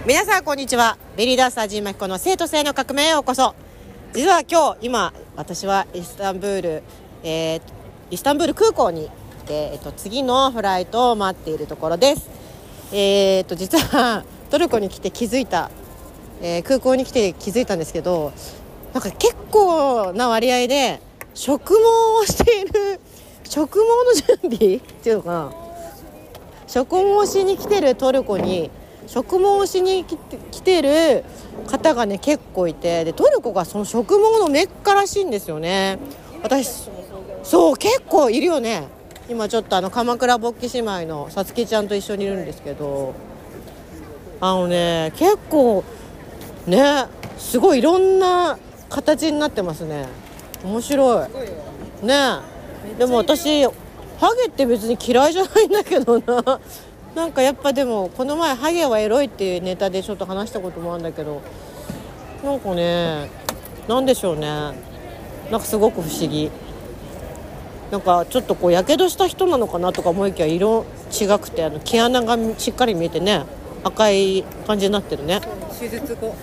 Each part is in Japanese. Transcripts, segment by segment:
皆さんこんにちは。ベリーダンサー陣真彦の生と性の革命へようこそ。実は今私はイスタンブール空港に来て、次のフライトを待っているところです。実はトルコに来て気づいた、空港に来て気づいたんですけど、なんか結構な割合で植毛をしている、植毛の準備っていうのかな、植毛しに来てるトルコに植毛しに来てる方がね結構いて、でトルコがその植毛のメッカらしいんですよね。そう結構いるよね。今ちょっと鎌倉勃起姉妹のさつきちゃんと一緒にいるんですけど、結構ねすごいいろんな形になってますね。面白いね。でも私ハゲって別に嫌いじゃないんだけどな。なんかやっぱでもこの前ハゲはエロいっていうネタでちょっと話したこともあるんだけど、なんかね、なんでしょうね、なんかすごく不思議。なんかちょっとこうやけどした人なのかなとか思いきや色違くて、毛穴がしっかり見えてね、赤い感じになってるね。 手術後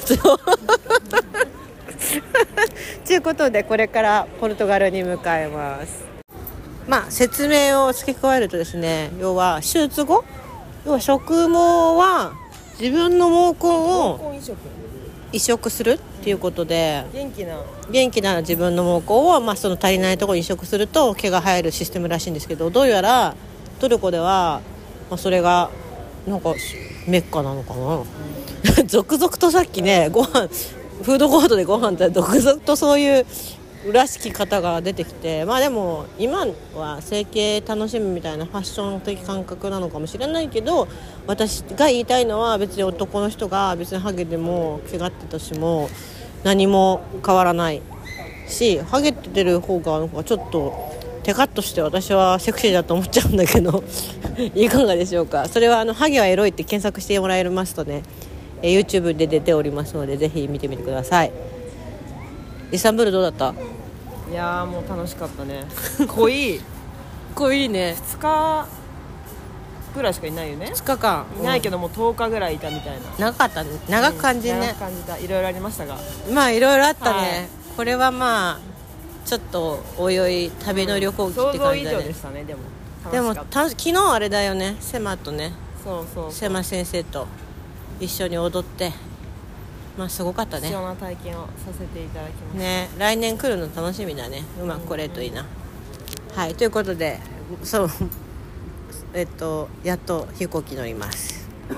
ということでこれからポルトガルに向かいます。説明を付け加えるとですね、要は手術後、要は植毛は自分の毛根を移植するっていうことで、元気な自分の毛根を、その足りないところに移植すると毛が生えるシステムらしいんですけど、どうやらトルコでは、それがなんかメッカなのかな、続々とさっきねフードコートでご飯って続々とそういうらしき方が出てきて、でも今は整形楽しむみたいなファッション的感覚なのかもしれないけど、私が言いたいのは別に男の人が別にハゲでも毛がってたしも何も変わらないし、ハゲてる方がなんかちょっとテカッとして私はセクシーだと思っちゃうんだけどいかがでしょうか。それはハゲはエロいって検索してもらえますとね、YouTube で出ておりますのでぜひ見てみてください。イスタンブールどうだった？ いやーもう楽しかったね。濃いね。 2日ぐらいしかいないよね。 2日間いないけどもう10日ぐらいいたみたいな。 長かったね。長く感じね、 長く感じた。いろいろありましたが、 いろいろあったね、 はい、 これはちょっとおいおい旅の旅行機って感じだね。 想像以上でしたね。でも昨日あれだよね、セマとね、 そうセマ先生と一緒に踊って、すごかったね。 貴重な体験をさせていただきましたね。来年来るの楽しみだね。うまく来れるといいな。はい、ということでやっと飛行機乗ります。